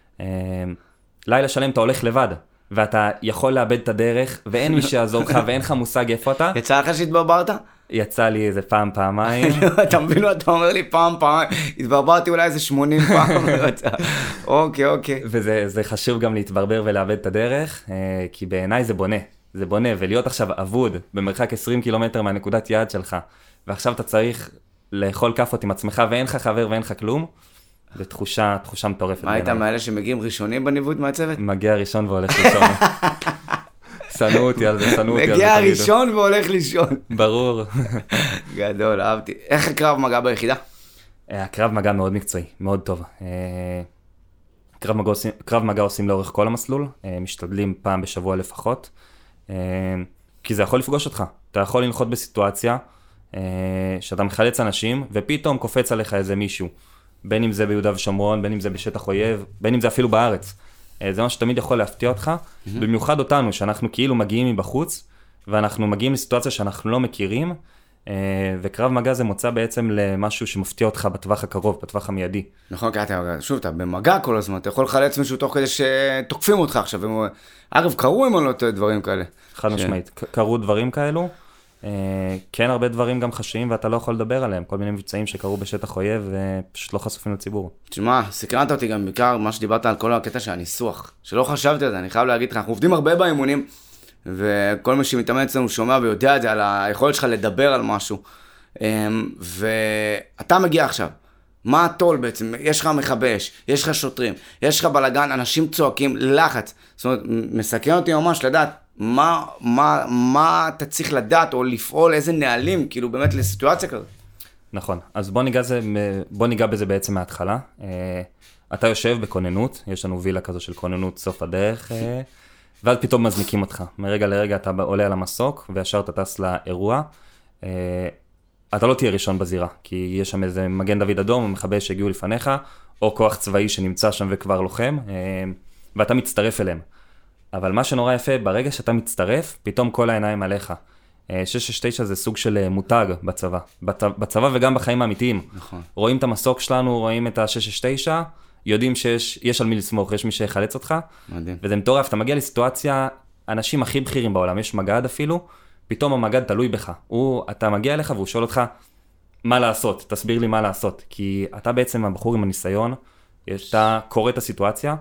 לילה שלם אתה הולך לבד. ואתה יכול לאבד את הדרך, ואין מי שיעזור לך, ואין לך מושג איפה אתה. יצא לך שהתברברת? יצא לי איזה פעם, פעמיים. אתה מבין, אתה אומר לי פעם, פעמיים, התברברתי אולי איזה שמונים פעם. אוקיי, אוקיי. וזה חשוב גם להתברבר ולאבד את הדרך, כי בעיניי זה בונה. זה בונה, ולהיות עכשיו אבוד, במרחק עשרים קילומטר מהנקודת יעד שלך, ועכשיו אתה צריך לאכול כפות עם עצמך, ואין לך חבר ואין לך כלום. בתחושה, תחושה מטורפת. מה היית מאלה שמגיעים ראשונים בניווט מהצוות? מגיע ראשון והולך לישון. סנו אותי על זה, סנו אותי על זה. מגיע ראשון והולך לישון. ברור. גדול, אהבתי. איך הקרב מגע ביחידה? הקרב מגע מאוד מקצועי, מאוד טוב. קרב מגע עושים, קרב מגע עושים לאורך כל המסלול, משתדלים פעם בשבוע לפחות, כי זה יכול לפגוש אותך. אתה יכול לנחות בסיטואציה שאתה מחלץ אנשים, ופתאום קופץ עליך איזה מישהו, בין אם זה ביהודה ושומרון, בין אם זה בשטח אויב, בין אם זה אפילו בארץ. זה מה שתמיד יכול להפתיע אותך, במיוחד אותנו, שאנחנו כאילו מגיעים מבחוץ, ואנחנו מגיעים לסיטואציה שאנחנו לא מכירים, וקרב מגע זה מוצא בעצם למשהו שמפתיע אותך בטווח הקרוב, בטווח המיידי. נכון, כי אתה, שוב, אתה במגע כל הזמן, אתה יכול לחלץ מישהו תוך כדי שתוקפים אותך עכשיו, אגב, קרו אם אני לא טועה דברים כאלה. חד משמעית, קרו דברים כאלו, כן הרבה דברים גם חשאיים ואתה לא יכול לדבר עליהם, כל מיני מבצעים שקרו בשטח אויב ופשוט לא חשופים לציבור. תשמע, סקרנת אותי גם בעיקר מה שדיברת על כל הקטע של הניסוח, שלא חשבתי על זה, אני חייב להגיד לך, אנחנו עובדים הרבה באימונים, וכל מי שמתאמן אצלנו שומע ויודע את זה, על היכולת שלך לדבר על משהו. ואתה מגיע עכשיו, מה התול בעצם? יש לך מחבש, יש לך שוטרים, יש לך בלגן, אנשים צועקים, לחץ. זאת אומרת, מסכן אותי ממש לדעת מה, מה, מה אתה צריך לדעת או לפעול, איזה נהלים, כאילו באמת לסיטואציה כזאת. נכון, אז בוא ניגע, זה, בוא ניגע בזה בעצם מההתחלה. אתה יושב בכוננות, יש לנו וילה כזו של כוננות סוף הדרך, ואז פתאום מזניקים אותך. מרגע לרגע אתה עולה על המסוק, וישר אתה טס לאירוע. אתה לא תהיה ראשון בזירה, כי יש שם איזה מגן דוד אדום, או מחבש שהגיעו לפניך, או כוח צבאי שנמצא שם וכבר לוחם, ואתה מצטרף אליהם. אבל מה שנורא יפה, ברגע שאתה מצטרף, פתאום כל העיניים עליך. שש שש תשע זה סוג של מותג בצבא. בצבא וגם בחיים האמיתיים. נכון. רואים את המסוק שלנו, רואים את ה-שש שש תשע, יודעים שיש יש על מי לסמוך, יש מי שיחלץ אותך. מדהים. וזה מטורף, אתה מגיע לסיטואציה, אנשים הכי בכירים בעולם, יש מגד אפילו, פתאום המגד תלוי בך. הוא, אתה מגיע אליך והוא שואל אותך, מה לעשות? תסביר לי מה לעשות. כי אתה בעצם הבחור עם הניסיון, אתה קורא את הסיטואציה,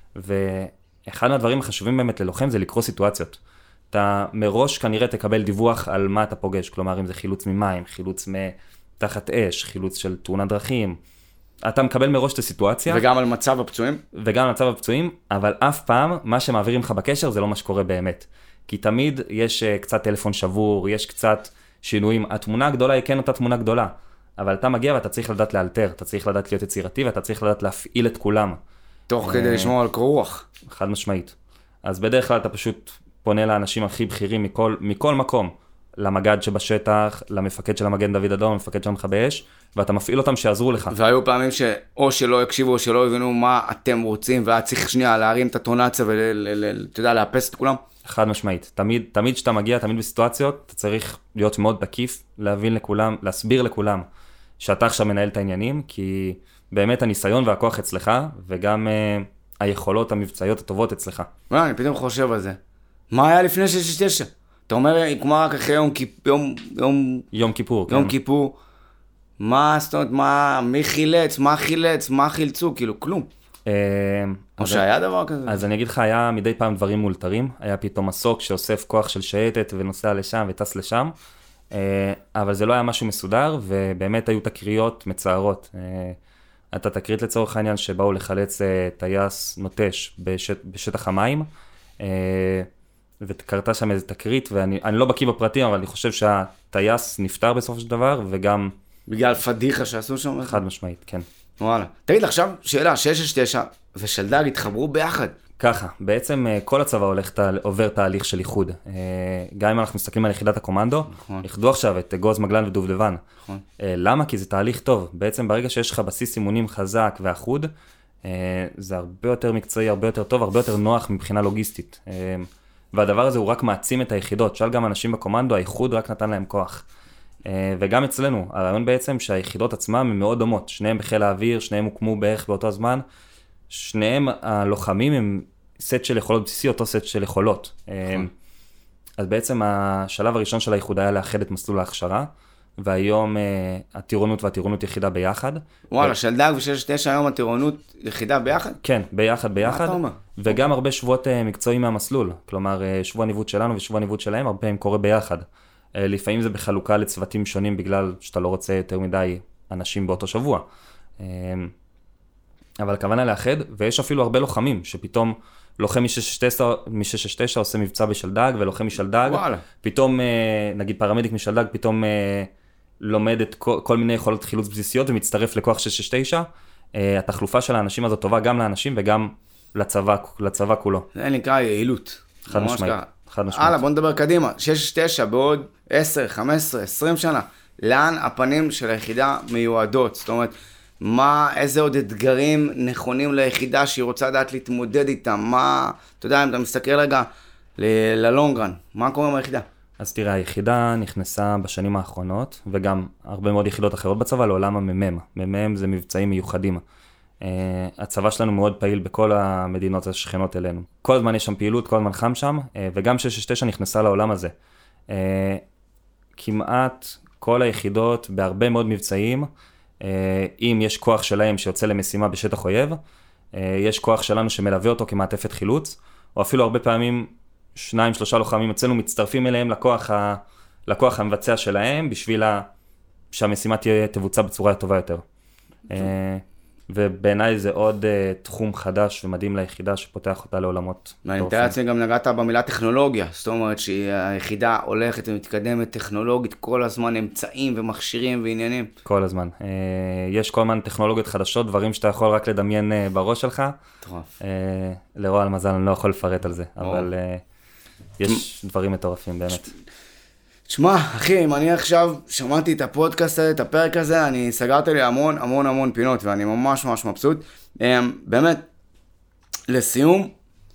ואחד מהדברים החשובים באמת ללוחם זה לקרוא סיטואציות. אתה מראש כנראה תקבל דיווח על מה אתה פוגש, כלומר אם זה חילוץ ממים, חילוץ מתחת אש, חילוץ של תאונת דרכים, אתה מקבל מראש את הסיטואציה. וגם על מצב הפצועים? וגם על מצב הפצועים, אבל אף פעם מה שמעבירים לך בקשר זה לא מה שקורה באמת. כי תמיד יש קצת טלפון שבור, יש קצת שינויים. התמונה הגדולה היא כן אותה תמונה גדולה, אבל אתה מגיע ואתה צריך לדעת לאלתר, אתה צריך לדעת להיות יצירתי ואתה צריך לדעת להפעיל את כולם. תוך כדי לשמור על קור רוח. חד משמעית. אז בדרך כלל אתה פשוט פונה לאנשים הכי בכירים מכל, מכל מקום, למגד שבשטח, למפקד של המגן דוד אדום, למפקד של המכבי אש, ואתה מפעיל אותם שיעזרו לך. והיו פעמים שאו שלא הקשיבו או שלא הבינו מה אתם רוצים, והיה צריך שנייה להרים את הטונציה ואתה יודע, לאפס את כולם. חד משמעית. תמיד, תמיד שאתה מגיע, תמיד בסיטואציות, אתה צריך להיות מאוד תקיף, להבין לכולם, להסביר לכולם שאתה עכשיו מנהל את העניינים, כי באמת הניסיון והכוח אצלך, וגם uh, היכולות המבצעיות הטובות אצלך. מה, אני פתאום חושב על זה. מה היה לפני שש שש תשע? אתה אומר, כמו רק אחרי יום, יום, יום, יום כיפור. יום כן. כיפור. מה, זאת אומרת, מה, מי חילץ, מה חילץ, מה חילצו, כאילו, כלום. או שהיה דבר כזה? אז אני אגיד לך, היה מדי פעם דברים מולתרים, היה פתאום מסוק שאוסף כוח של שייטת ונוסע לשם וטס לשם, אבל זה לא היה משהו מסודר, ובאמת היו תקריות מצערות. אתה תקרית לצורך העניין שבאו לחלץ טייס נוטש בשט, בשטח המים, וקרתה שם איזו תקרית, ואני אני לא בקיא בפרטים, אבל אני חושב שהטייס נפטר בסופו של דבר, וגם... בגלל פדיחה שעשו שם? חד משמעית, כן. וואלה. תגיד, עכשיו שאלה, שש שש תשע ושלדג התחברו ביחד. ככה, בעצם כל הצבא הולך, עובר תהליך של איחוד. גם אם אנחנו מסתכלים על יחידת הקומנדו, נכון. איחדו עכשיו את גוז מגלן ודובדבן. נכון. למה? כי זה תהליך טוב. בעצם ברגע שיש לך בסיס אימונים חזק ואחוד, זה הרבה יותר מקצועי, הרבה יותר טוב, הרבה יותר נוח מבחינה לוגיסטית. והדבר הזה הוא רק מעצים את היחידות. שאל גם אנשים בקומנדו, האיחוד רק נתן להם כוח. וגם אצלנו, הרעיון בעצם שהיחידות עצמם הן מאוד דומות. שניהם בחיל האוויר, שניהם הוקמו בערך באותו הזמן. שניהם הלוחמים הם סט של יכולות בסיסי, אותו סט של יכולות. אז בעצם השלב הראשון של האיחוד היה לאחד את מסלול ההכשרה, והיום הטירונות והטירונות יחידה ביחד. וואלה, שלדג ושש תשע היום הטירונות יחידה ביחד? כן, ביחד, ביחד. וגם הרבה שבועות מקצועיים מהמסלול. כלומר, שבוע הניווט שלנו ושבוע הניווט שלהם, הרבה הם קורה ביחד. לפעמים זה בחלוקה לצוותים שונים, בגלל שאתה לא רוצה יותר מדי אנשים באותו שבוע. אבל הכוונה לאחד, ויש אפילו הרבה לוחמים, שפתאום לוחם מ-שש שש תשע עושה מבצע בשלדג, ולוחם משלדג, וואלה. פתאום, נגיד פרמדיק משלדג, פתאום לומד את כל, כל מיני יכולות חילוץ בסיסיות, ומצטרף לכוח שש שש תשע, התחלופה של האנשים הזאת טובה גם לאנשים, וגם לצבא, לצבא כולו. זה נקרא יעילות. חד משמעית, חד משמעית. הלאה, בוא נדבר קדימה. שש שש תשע בעוד עשר, חמש עשרה, עשרים שנה. לאן הפנים של היחידה מיועדות? זאת אומרת, מה, איזה עוד אתגרים נכונים ליחידה שהיא רוצה לדעת להתמודד איתם? מה, אתה יודע, אם אתה מסתכל רגע ללונגרן, מה קורה עם היחידה? אז תראה, היחידה נכנסה בשנים האחרונות, וגם הרבה מאוד יחידות אחרות בצבא, לעולם הממם. ממם זה מבצעים מיוחדים. Uh, הצבא שלנו מאוד פעיל בכל המדינות השכנות אלינו. כל הזמן יש שם פעילות, כל הזמן חם שם, uh, וגם שש שש תשע נכנסה לעולם הזה. Uh, כמעט כל היחידות בהרבה מאוד מבצעים, uh, אם יש כוח שלהם שיוצא למשימה בשטח אויב, uh, יש כוח שלנו שמלווה אותו כמעטפת חילוץ, או אפילו הרבה פעמים שניים, שלושה לוחמים אצלנו מצטרפים אליהם לכוח, ה... לכוח המבצע שלהם, בשביל ה... שהמשימה תהיה תבוצע בצורה טובה יותר. Uh, ובעיניי זה עוד uh, תחום חדש ומדהים ליחידה שפותח אותה לעולמות. ואני מתאר לעצמי גם נגעת במילה טכנולוגיה, זאת אומרת שהיחידה הולכת ומתקדמת טכנולוגית, כל הזמן אמצעים ומכשירים ועניינים. כל הזמן. Uh, יש כל הזמן טכנולוגיות חדשות, דברים שאתה יכול רק לדמיין uh, בראש שלך. טרוף. Uh, לרוע על מזל אני לא יכול לפרט על זה, אבל uh, יש דברים מטורפים באמת. תשמע, אחי, אם אני עכשיו שמעתי את הפודקאסט הזה, את הפרק הזה, אני סגרתי לי המון המון המון פינות, ואני ממש ממש מבסוט. באמת, לסיום,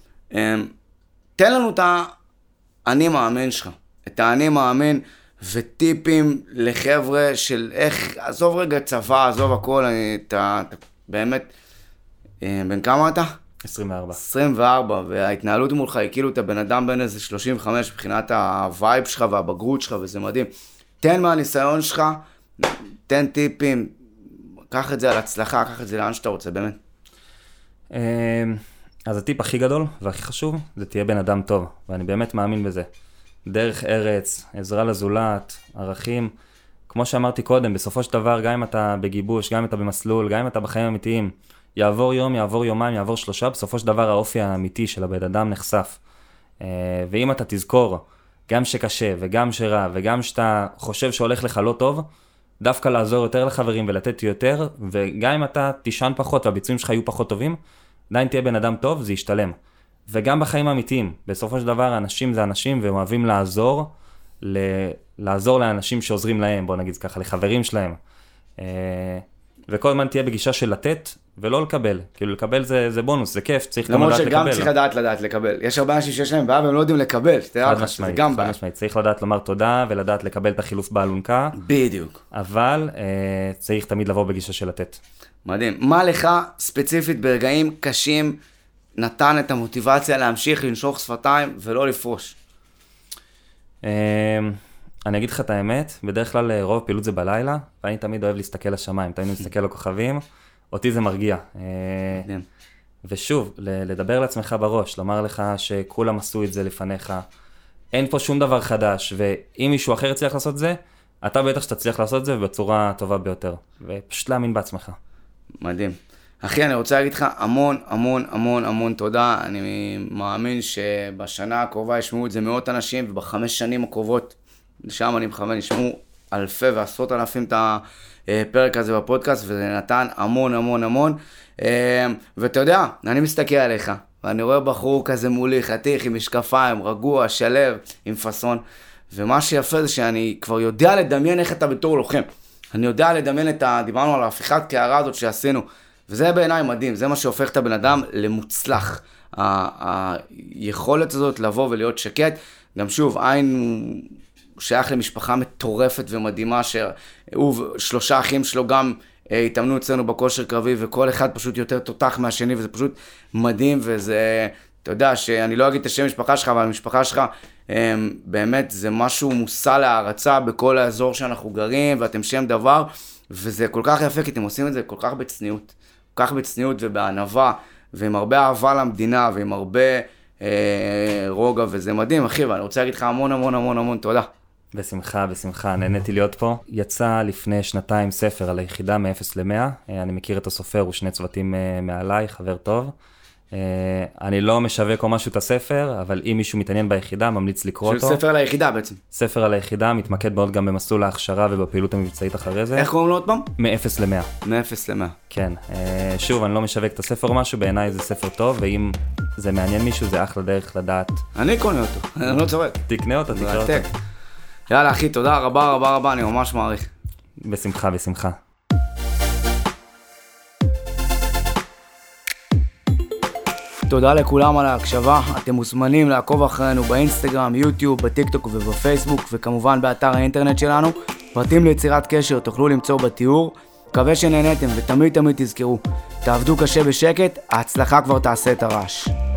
תן לנו את האני מאמין שלך, את האני מאמין וטיפים לחבר'ה של איך, עזוב רגע צבא, עזוב הכל, אתה באמת, בן כמה אתה? עשרים וארבע. עשרים וארבע, וההתנהלות מולך היא כאילו אתה בן אדם בין איזה שלושים וחמש, מבחינת הווייב שלך והבגרות שלך, וזה מדהים. תן מהניסיון שלך, תן טיפים, קח את זה על הצלחה, קח את זה לאן שאתה רוצה, באמת. אז הטיפ הכי גדול והכי חשוב, זה תהיה בן אדם טוב, ואני באמת מאמין בזה. דרך ארץ, עזרה לזולת, ערכים, כמו שאמרתי קודם, בסופו של דבר, גם אם אתה בגיבוש, גם אם אתה במסלול, גם אם אתה בחיים אמיתיים, יעבור יום, יעבור יומיים, יעבור שלושה, בסופו של דבר האופי האמיתי של הבן אדם נחשף. ואם אתה תזכור, גם שקשה וגם שרע וגם שאתה חושב שהולך לך לא טוב, דווקא לעזור יותר לחברים ולתת יותר, וגם אם אתה תישן פחות והביצועים שלך יהיו פחות טובים, עדיין תהיה בן אדם טוב, זה ישתלם. וגם בחיים האמיתיים, בסופו של דבר אנשים זה אנשים והם אוהבים לעזור, ל... לעזור לאנשים שעוזרים להם, בוא נגיד ככה, לחברים שלהם. וכל הזמן תהיה בגישה של לתת ולא לקבל. כאילו לקבל זה, זה בונוס, זה כיף, צריך גם לדעת לקבל. למרות שגם צריך לדעת לדעת לקבל. יש הרבה אנשים שיש להם בעיה והם לא יודעים לקבל. חד משמעית, חד משמעית. צריך לדעת לומר תודה ולדעת לקבל את החילוף באלונקה. בדיוק. אבל אה, צריך תמיד לבוא בגישה של לתת. מדהים. מה לך ספציפית ברגעים קשים נתן את המוטיבציה להמשיך לנשוך שפתיים ולא לפרוש? אה, אני אגיד לך את האמת, בדרך כלל רוב הפעילות זה בלילה, ואני תמיד אוהב להסתכל לשמיים, תמיד להסתכל לכוכבים, אותי זה מרגיע. ושוב, לדבר לעצמך בראש, לומר לך שכולם עשו את זה לפניך, אין פה שום דבר חדש, ואם מישהו אחר יצליח לעשות זה, אתה בטח שתצליח לעשות את זה בצורה הטובה ביותר, ופשוט להאמין בעצמך. מדהים. אחי, אני רוצה להגיד לך המון, המון, המון, המון תודה. אני מאמין שבשנה הקרובה ישמעו את זה מאות אנשים, ובחמש שנים הקרובות, שם אני מכוון, ישמעו אלפי ועשרות אלפים את הפרק הזה בפודקאסט, וזה נתן המון, המון, המון. ואתה יודע, אני מסתכל עליך, ואני רואה בחור כזה מולי, חתיך, עם משקפיים, רגוע, שלב, עם פסון, ומה שיפה זה שאני כבר יודע לדמיין איך אתה בתור לוחם. אני יודע לדמיין את ה... דיברנו על ההפיכת קערה הזאת שעשינו, וזה בעיניי מדהים, זה מה שהופך את הבן אדם למוצלח. היכולת הזאת לבוא ולהיות שקט, גם שוב, עין שייך למשפחה מטורפת ומדהימה, שהוא ושלושה אחים שלו גם התאמנו אצלנו בכושר קרבי, וכל אחד פשוט יותר תותח מהשני, וזה פשוט מדהים, וזה, אתה יודע, שאני לא אגיד את השם משפחה שלך, אבל המשפחה שלך, באמת זה משהו מושא להערצה בכל האזור שאנחנו גרים, ואתם שם דבר, וזה כל כך יפה, כי אתם עושים את זה כל כך בצניעות, כל כך בצניעות ובענווה, ועם הרבה אהבה למדינה, ועם הרבה אה, רוגע, וזה מדהים, אחי, ואני רוצה להגיד לך המון המון המון המון תודה. בשמחה, בשמחה, נהניתי להיות פה. יצא לפני שנתיים ספר על היחידה מ-אפס ל-מאה. אני מכיר את הסופר, הוא שני צוותים מעליי, חבר טוב. אני לא משווק או משהו את הספר, אבל אם מישהו מתעניין ביחידה, ממליץ לקרוא אותו. ספר על היחידה בעצם. ספר על היחידה, מתמקד מאוד גם במסלול ההכשרה ובפעילות המבצעית אחרי זה. איך קוראים לו עוד פעם? מ-אפס ל-מאה. מ-אפס ל-מאה. כן. שוב, אני לא משווק את הספר או משהו, בעיניי זה ספר טוב, ואם זה מעניין מישהו, זה אחלה דרך לדעת. אני קונה אותו, אני לא צורק. תקנה אותו, תקרא אותו. יאללה אחי, תודה רבה רבה רבה, אני ממש מעריך. בשמחה, בשמחה. תודה לכולם על ההקשבה, אתם מוזמנים לעקוב אחרינו באינסטגרם, יוטיוב, בטיקטוק ובפייסבוק, וכמובן באתר האינטרנט שלנו. פרטים ליצירת קשר תוכלו למצוא בתיאור. מקווה שנהנתם ותמיד תמיד תזכרו, תעבדו קשה בשקט, ההצלחה כבר תעשה את הרעש.